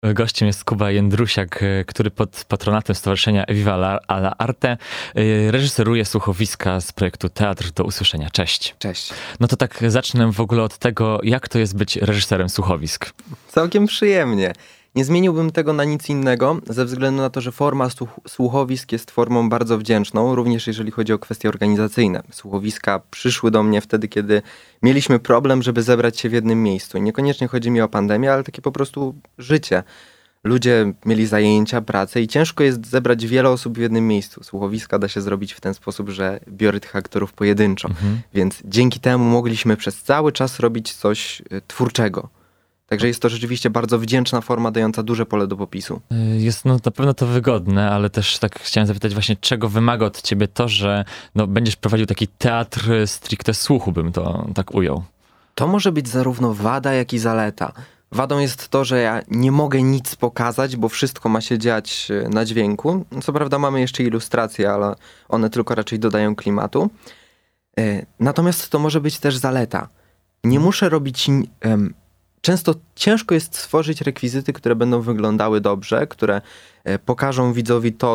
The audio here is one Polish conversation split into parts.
Gościem jest Kuba Jędrusiak, który pod patronatem Stowarzyszenia Eviva all'Arte reżyseruje słuchowiska z projektu Teatr do usłyszenia. Cześć. Cześć. No to tak zacznę w ogóle od tego, jak to jest być reżyserem słuchowisk. Całkiem przyjemnie. Nie zmieniłbym tego na nic innego, ze względu na to, że forma słuchowisk jest formą bardzo wdzięczną, również jeżeli chodzi o kwestie organizacyjne. Słuchowiska przyszły do mnie wtedy, kiedy mieliśmy problem, żeby zebrać się w jednym miejscu. I niekoniecznie chodzi mi o pandemię, ale takie po prostu życie. Ludzie mieli zajęcia, pracę i ciężko jest zebrać wiele osób w jednym miejscu. Słuchowiska da się zrobić w ten sposób, że biorę tych aktorów pojedynczo. Więc dzięki temu mogliśmy przez cały czas robić coś twórczego. Także jest to rzeczywiście bardzo wdzięczna forma, dająca duże pole do popisu. Jest na pewno to wygodne, ale też tak chciałem zapytać właśnie, czego wymaga od ciebie to, że będziesz prowadził taki teatr stricte słuchu, bym to tak ujął. To może być zarówno wada, jak i zaleta. Wadą jest to, że ja nie mogę nic pokazać, bo wszystko ma się dziać na dźwięku. Co prawda mamy jeszcze ilustracje, ale one tylko raczej dodają klimatu. Natomiast to może być też zaleta. Nie muszę robić... Często ciężko jest stworzyć rekwizyty, które będą wyglądały dobrze, które pokażą widzowi to,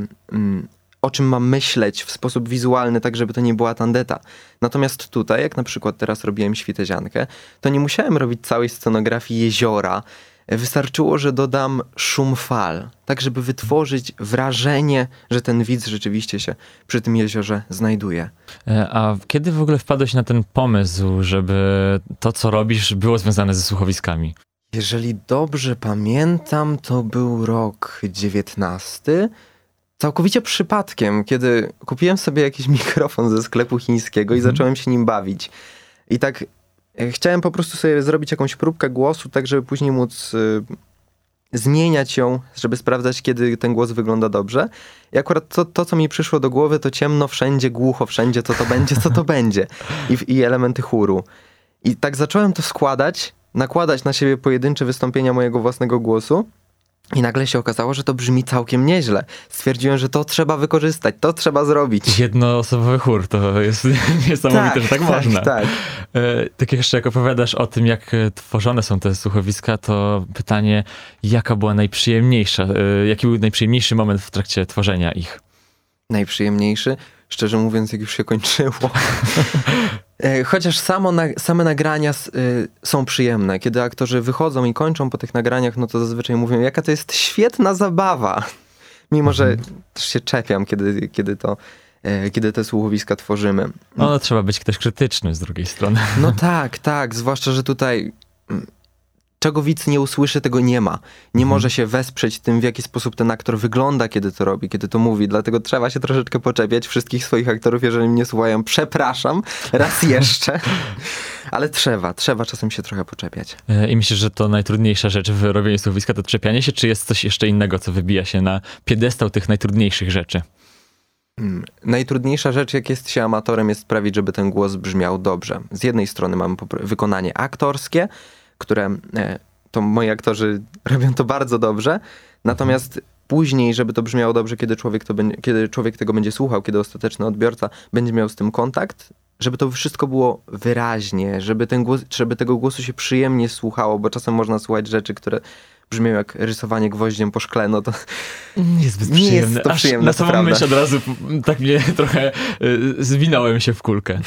o czym mam myśleć w sposób wizualny, tak żeby to nie była tandeta. Natomiast tutaj, jak na przykład teraz robiłem Świteziankę, to nie musiałem robić całej scenografii jeziora. Wystarczyło, że dodam szum fal, tak żeby wytworzyć wrażenie, że ten widz rzeczywiście się przy tym jeziorze znajduje. A kiedy w ogóle wpadłeś na ten pomysł, żeby to, co robisz, było związane ze słuchowiskami? Jeżeli dobrze pamiętam, to był rok 19. Całkowicie przypadkiem, kiedy kupiłem sobie jakiś mikrofon ze sklepu chińskiego i zacząłem się nim bawić. I tak chciałem po prostu sobie zrobić jakąś próbkę głosu, tak żeby później móc zmieniać ją, żeby sprawdzać, kiedy ten głos wygląda dobrze. I akurat to co mi przyszło do głowy, to ciemno wszędzie, głucho wszędzie, co to będzie. I elementy chóru. I tak zacząłem to składać, nakładać na siebie pojedyncze wystąpienia mojego własnego głosu. I nagle się okazało, że to brzmi całkiem nieźle. Stwierdziłem, że to trzeba wykorzystać, to trzeba zrobić. Jednoosobowy chór, to jest niesamowite, że tak można. Tak jeszcze jak opowiadasz o tym, jak tworzone są te słuchowiska, to pytanie, jaki był najprzyjemniejszy moment w trakcie tworzenia ich? Najprzyjemniejszy? Szczerze mówiąc, jak już się kończyło. Chociaż same nagrania są przyjemne. Kiedy aktorzy wychodzą i kończą po tych nagraniach, no to zazwyczaj mówią, jaka to jest świetna zabawa. Mimo, że też się czepiam, kiedy te słuchowiska tworzymy. No trzeba być też krytycznym z drugiej strony. No tak. Zwłaszcza, że tutaj... Czego widz nie usłyszy, tego nie ma. Nie może się wesprzeć tym, w jaki sposób ten aktor wygląda, kiedy to robi, kiedy to mówi. Dlatego trzeba się troszeczkę poczepiać wszystkich swoich aktorów, jeżeli mnie słuchają. Przepraszam, raz jeszcze. Ale trzeba czasem się trochę poczepiać. I myślisz, że to najtrudniejsza rzecz w robieniu słuchowiska to czepianie się, czy jest coś jeszcze innego, co wybija się na piedestał tych najtrudniejszych rzeczy? Najtrudniejsza rzecz, jak jest się amatorem, jest sprawić, żeby ten głos brzmiał dobrze. Z jednej strony mamy wykonanie aktorskie, które to moi aktorzy robią to bardzo dobrze, natomiast później, żeby to brzmiało dobrze, kiedy człowiek tego będzie słuchał, kiedy ostateczny odbiorca będzie miał z tym kontakt, żeby to wszystko było wyraźnie, żeby tego głosu się przyjemnie słuchało, bo czasem można słuchać rzeczy, które brzmią jak rysowanie gwoździem po szkle, no to nie jest to przyjemne. Na samą myśl od razu tak mnie trochę zwinąłem się w kulkę.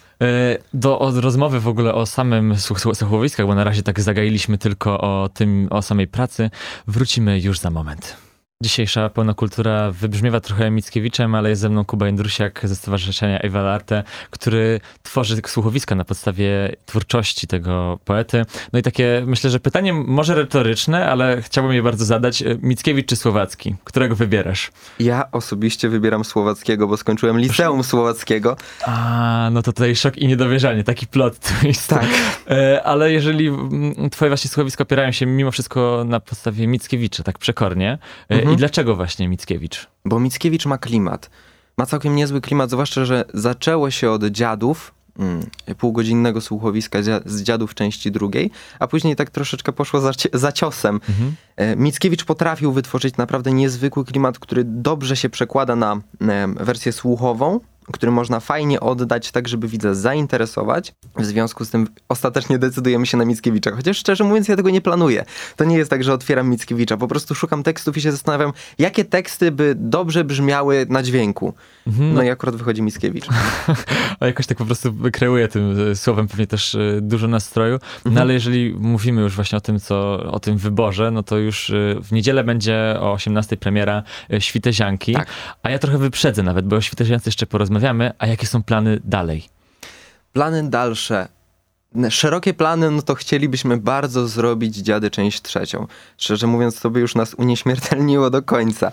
Do rozmowy w ogóle o samym słuchowiskach, bo na razie tak zagailiśmy tylko o samej pracy, wrócimy już za moment. Dzisiejsza Pełna Kultura wybrzmiewa trochę Mickiewiczem, ale jest ze mną Kuba Jędrusiak ze Stowarzyszenia Eviva all'Arte, który tworzy słuchowiska na podstawie twórczości tego poety. No i takie, myślę, że pytanie może retoryczne, ale chciałbym je bardzo zadać. Mickiewicz czy Słowacki? Którego wybierasz? Ja osobiście wybieram Słowackiego, bo skończyłem liceum słowackiego. No to tutaj szok i niedowierzanie, taki plot twist. Tak. Ale jeżeli twoje właśnie słuchowiska opierają się mimo wszystko na podstawie Mickiewicza, tak przekornie, i dlaczego właśnie Mickiewicz? Bo Mickiewicz ma klimat. Ma całkiem niezły klimat, zwłaszcza, że zaczęło się od Dziadów, półgodzinnego słuchowiska z Dziadów części drugiej, a później tak troszeczkę poszło za ciosem. Mickiewicz potrafił wytworzyć naprawdę niezwykły klimat, który dobrze się przekłada na wersję słuchową, który można fajnie oddać, tak żeby widza zainteresować. W związku z tym ostatecznie decydujemy się na Mickiewicza, chociaż szczerze mówiąc ja tego nie planuję. To nie jest tak, że otwieram Mickiewicza, po prostu szukam tekstów i się zastanawiam, jakie teksty by dobrze brzmiały na dźwięku. No i akurat wychodzi Mickiewicz. A jakoś tak po prostu kreuję tym słowem pewnie też dużo nastroju. No ale jeżeli mówimy już właśnie o tym wyborze, no to już w niedzielę będzie o 18:00 premiera Świtezianki. Tak. A ja trochę wyprzedzę nawet, bo o Świteziance jeszcze porozmawiamy. A jakie są plany dalej? Plany dalsze. Szerokie plany, no to chcielibyśmy bardzo zrobić Dziady część 3. Szczerze mówiąc, to by już nas unieśmiertelniło do końca.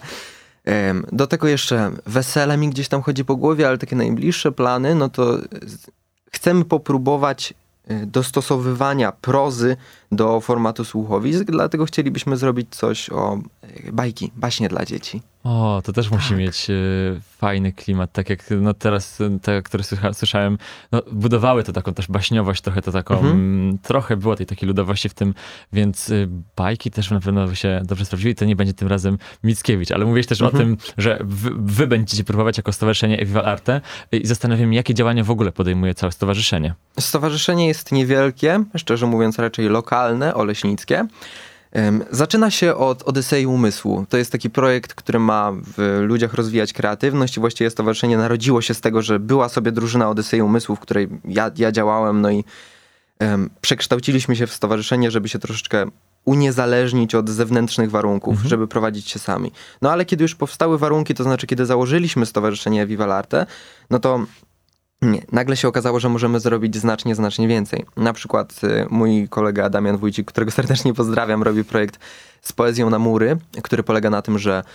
Do tego jeszcze wesele mi gdzieś tam chodzi po głowie, ale takie najbliższe plany, no to chcemy popróbować dostosowywania prozy do formatu słuchowisk, dlatego chcielibyśmy zrobić coś o bajki, baśnie dla dzieci. O, to też musi mieć fajny klimat, tak jak no teraz te, które słyszałem, no, budowały to taką też baśniowość, trochę to taką, trochę było tej takiej ludowości w tym, więc bajki też na pewno by się dobrze sprawdziły i to nie będzie tym razem Mickiewicz, ale mówiłeś też o tym, że wy będziecie próbować jako stowarzyszenie Evival Arte i zastanawiam się, jakie działania w ogóle podejmuje całe stowarzyszenie. Stowarzyszenie jest niewielkie, szczerze mówiąc raczej lokalne, oleśnickie. Zaczyna się od Odysei Umysłu. To jest taki projekt, który ma w ludziach rozwijać kreatywność i właściwie stowarzyszenie narodziło się z tego, że była sobie drużyna Odysei Umysłu, w której ja działałem, no i przekształciliśmy się w stowarzyszenie, żeby się troszeczkę uniezależnić od zewnętrznych warunków, żeby prowadzić się sami. No ale kiedy już powstały warunki, to znaczy kiedy założyliśmy stowarzyszenie Evival Arte, no to nagle się okazało, że możemy zrobić znacznie więcej. Na przykład mój kolega Damian Wójcik, którego serdecznie pozdrawiam, robi projekt z poezją na mury, który polega na tym, że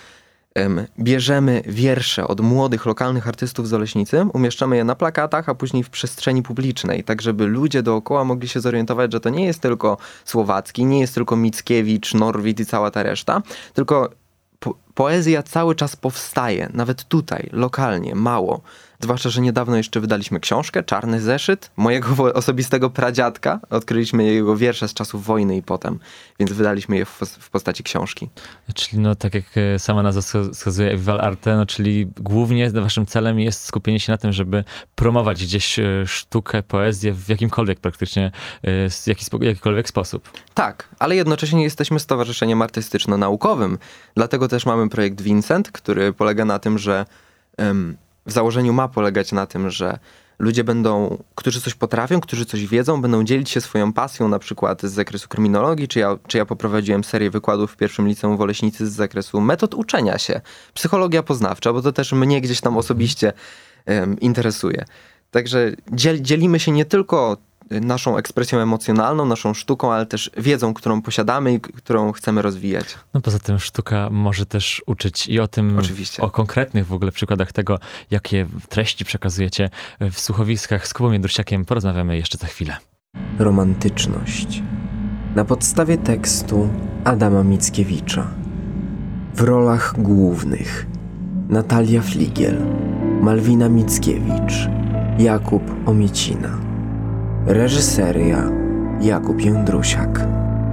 bierzemy wiersze od młodych, lokalnych artystów z Oleśnicy, umieszczamy je na plakatach, a później w przestrzeni publicznej, tak żeby ludzie dookoła mogli się zorientować, że to nie jest tylko Słowacki, nie jest tylko Mickiewicz, Norwid i cała ta reszta, tylko poezja cały czas powstaje, nawet tutaj, lokalnie, mało. Zwłaszcza, że niedawno jeszcze wydaliśmy książkę, Czarny zeszyt, mojego osobistego pradziadka. Odkryliśmy jego wiersze z czasów wojny i potem, więc wydaliśmy je w postaci książki. Czyli no tak jak sama nazwa wskazuje Evival Arte, no czyli głównie waszym celem jest skupienie się na tym, żeby promować gdzieś sztukę, poezję w jakimkolwiek praktycznie, jakikolwiek sposób. Tak, ale jednocześnie jesteśmy stowarzyszeniem artystyczno-naukowym. Dlatego też mamy projekt Vincent, który polega na tym, że w założeniu ma polegać na tym, że ludzie którzy coś potrafią, którzy coś wiedzą, będą dzielić się swoją pasją, na przykład z zakresu kryminologii, czy ja poprowadziłem serię wykładów w pierwszym liceum w Oleśnicy z zakresu metod uczenia się, psychologia poznawcza, bo to też mnie gdzieś tam osobiście interesuje. Także dzielimy się nie tylko naszą ekspresją emocjonalną, naszą sztuką, ale też wiedzą, którą posiadamy i którą chcemy rozwijać. No poza tym sztuka może też uczyć i o tym, Oczywiście. o konkretnych w ogóle przykładach tego, jakie treści przekazujecie w słuchowiskach z Kubą Jędrusiakiem porozmawiamy jeszcze za chwilę. Romantyczność. Na podstawie tekstu Adama Mickiewicza. W rolach głównych Natalia Fligiel, Malwina Mickiewicz, Jakub Omiecina. Reżyseria Jakub Jędrusiak.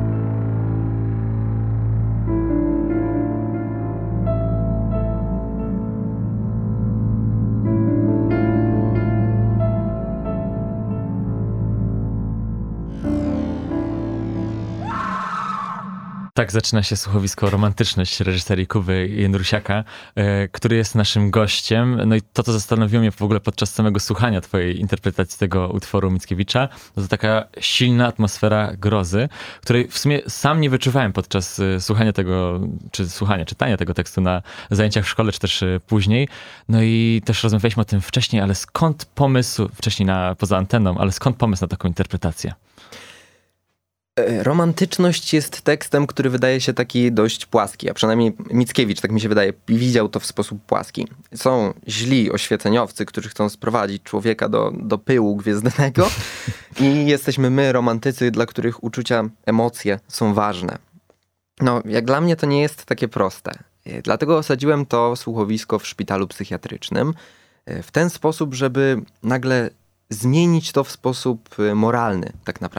Tak zaczyna się słuchowisko Romantyczność reżyserii Kuby Jędrusiaka, który jest naszym gościem. No i to, co zastanowiło mnie w ogóle podczas samego słuchania twojej interpretacji tego utworu Mickiewicza, to taka silna atmosfera grozy, której w sumie sam nie wyczuwałem podczas słuchania tego, czytania tego tekstu na zajęciach w szkole, czy też później. No i też rozmawialiśmy o tym wcześniej, ale skąd pomysł, wcześniej poza anteną, ale skąd pomysł na taką interpretację? Romantyczność jest tekstem, który wydaje się taki dość płaski, a przynajmniej Mickiewicz, tak mi się wydaje, widział to w sposób płaski. Są źli oświeceniowcy, którzy chcą sprowadzić człowieka do pyłu gwiezdnego i jesteśmy my, romantycy, dla których uczucia, emocje są ważne. No, jak dla mnie to nie jest takie proste. Dlatego osadziłem to słuchowisko w szpitalu psychiatrycznym w ten sposób, żeby nagle zmienić to w sposób moralny tak naprawdę.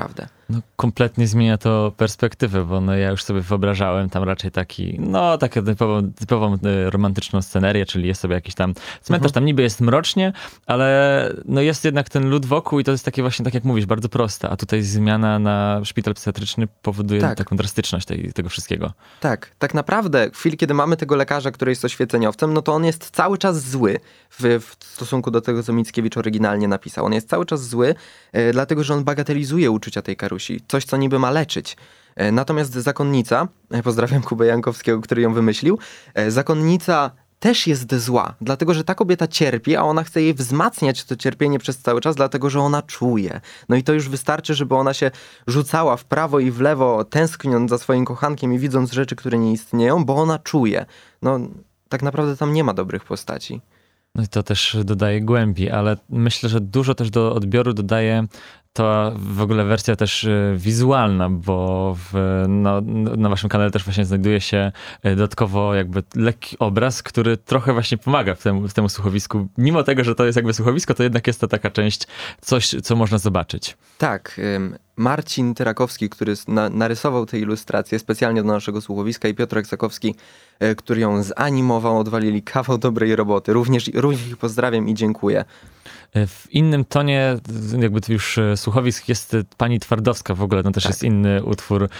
No, kompletnie zmienia to perspektywę, bo no, ja już sobie wyobrażałem tam raczej taką typową romantyczną scenerię, czyli jest sobie jakiś tam cmentarz, tam niby jest mrocznie, ale no jest jednak ten lud wokół i to jest takie właśnie, tak jak mówisz, bardzo proste, a tutaj zmiana na szpital psychiatryczny powoduje taką drastyczność tego wszystkiego. Tak naprawdę w chwili, kiedy mamy tego lekarza, który jest oświeceniowcem, no to on jest cały czas zły w stosunku do tego, co Mickiewicz oryginalnie napisał. On jest cały czas zły, dlatego że on bagatelizuje uczucia tej Karusi. Coś, co niby ma leczyć. Natomiast zakonnica, pozdrawiam Kubę Jankowskiego, który ją wymyślił, zakonnica też jest zła, dlatego że ta kobieta cierpi, a ona chce jej wzmacniać to cierpienie przez cały czas, dlatego że ona czuje. No i to już wystarczy, żeby ona się rzucała w prawo i w lewo, tęskniąc za swoim kochankiem i widząc rzeczy, które nie istnieją, bo ona czuje. No tak naprawdę tam nie ma dobrych postaci. No i to też dodaje głębi, ale myślę, że dużo też do odbioru dodaje to w ogóle wersja też wizualna, bo na waszym kanale też właśnie znajduje się dodatkowo jakby lekki obraz, który trochę właśnie pomaga w temu słuchowisku. Mimo tego, że to jest jakby słuchowisko, to jednak jest to taka część, coś, co można zobaczyć. Tak, Marcin Tyrakowski, który narysował tę ilustrację specjalnie do naszego słuchowiska, i Piotrek Sakowski, który ją zanimował, odwalili kawał dobrej roboty. Również ich pozdrawiam i dziękuję. W innym tonie, jakby to już słuchowisk, jest Pani Twardowska w ogóle, no też jest inny utwór,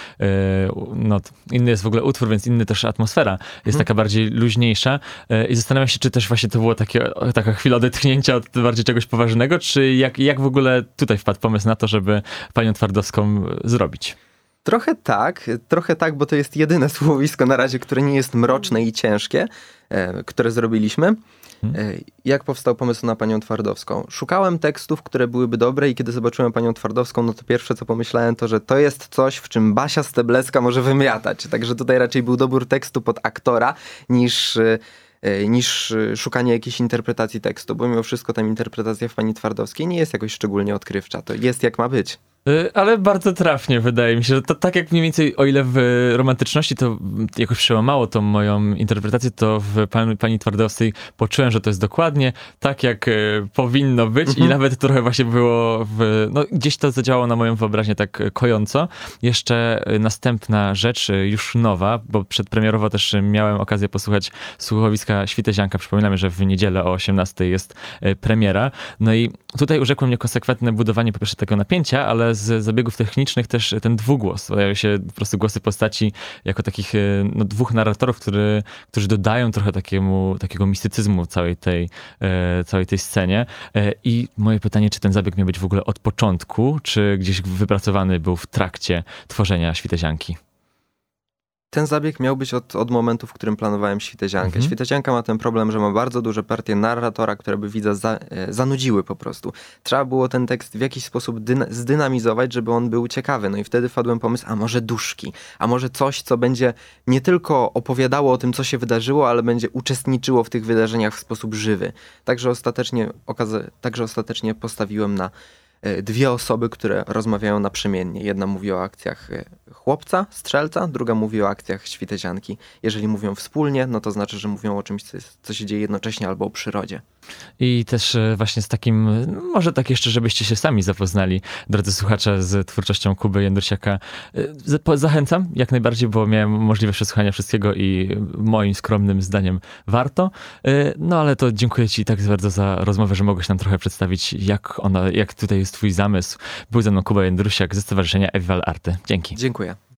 inny jest w ogóle utwór, więc inny też atmosfera jest taka bardziej luźniejsza i zastanawiam się, czy też właśnie to było taka chwila odetchnięcia od bardziej czegoś poważnego, czy jak w ogóle tutaj wpadł pomysł na to, żeby Panią Twardowską zrobić? Trochę tak, bo to jest jedyne słuchowisko na razie, które nie jest mroczne i ciężkie, które zrobiliśmy. Jak powstał pomysł na Panią Twardowską? Szukałem tekstów, które byłyby dobre i kiedy zobaczyłem Panią Twardowską, no to pierwsze co pomyślałem to, że to jest coś, w czym Basia Steblecka może wymiatać. Także tutaj raczej był dobór tekstu pod aktora niż szukanie jakiejś interpretacji tekstu, bo mimo wszystko ta interpretacja w Pani Twardowskiej nie jest jakoś szczególnie odkrywcza. To jest jak ma być. Ale bardzo trafnie wydaje mi się, że to tak jak mniej więcej, o ile w romantyczności to jakoś przełamało tą moją interpretację, to w Pani Twardowskiej poczułem, że to jest dokładnie tak, jak powinno być i nawet trochę właśnie było gdzieś to zadziałało na moją wyobraźnię tak kojąco. Jeszcze następna rzecz, już nowa, bo przedpremierowo też miałem okazję posłuchać słuchowiska Świtezianka. Przypominamy, że w niedzielę o 18:00 jest premiera. No i tutaj urzekło mnie konsekwentne budowanie po pierwsze tego napięcia, ale z zabiegów technicznych też ten dwugłos. Pojawiają się po prostu głosy postaci jako takich dwóch narratorów, którzy dodają trochę takiego mistycyzmu całej tej scenie. I moje pytanie, czy ten zabieg miał być w ogóle od początku, czy gdzieś wypracowany był w trakcie tworzenia Świtezianki? Ten zabieg miał być od momentu, w którym planowałem Świteziankę. Świtezianka ma ten problem, że ma bardzo duże partie narratora, które by widza zanudziły po prostu. Trzeba było ten tekst w jakiś sposób zdynamizować, żeby on był ciekawy. No i wtedy wpadłem pomysł, a może duszki, a może coś, co będzie nie tylko opowiadało o tym, co się wydarzyło, ale będzie uczestniczyło w tych wydarzeniach w sposób żywy. Także ostatecznie postawiłem na dwie osoby, które rozmawiają naprzemiennie. Jedna mówi o akcjach chłopca, strzelca, druga mówi o akcjach Świtezianki. Jeżeli mówią wspólnie, no to znaczy, że mówią o czymś, co się dzieje jednocześnie, albo o przyrodzie. I też właśnie z takim, może tak jeszcze, żebyście się sami zapoznali, drodzy słuchacze, z twórczością Kuby Jędrusiaka. Zachęcam jak najbardziej, bo miałem możliwość przesłuchania wszystkiego i moim skromnym zdaniem warto. No ale to dziękuję ci tak bardzo za rozmowę, że mogłeś nam trochę przedstawić, jak tutaj jest twój zamysł. Był ze mną Kuba Jędrusiak ze Stowarzyszenia Evival Arty. Dzięki. Dziękuję.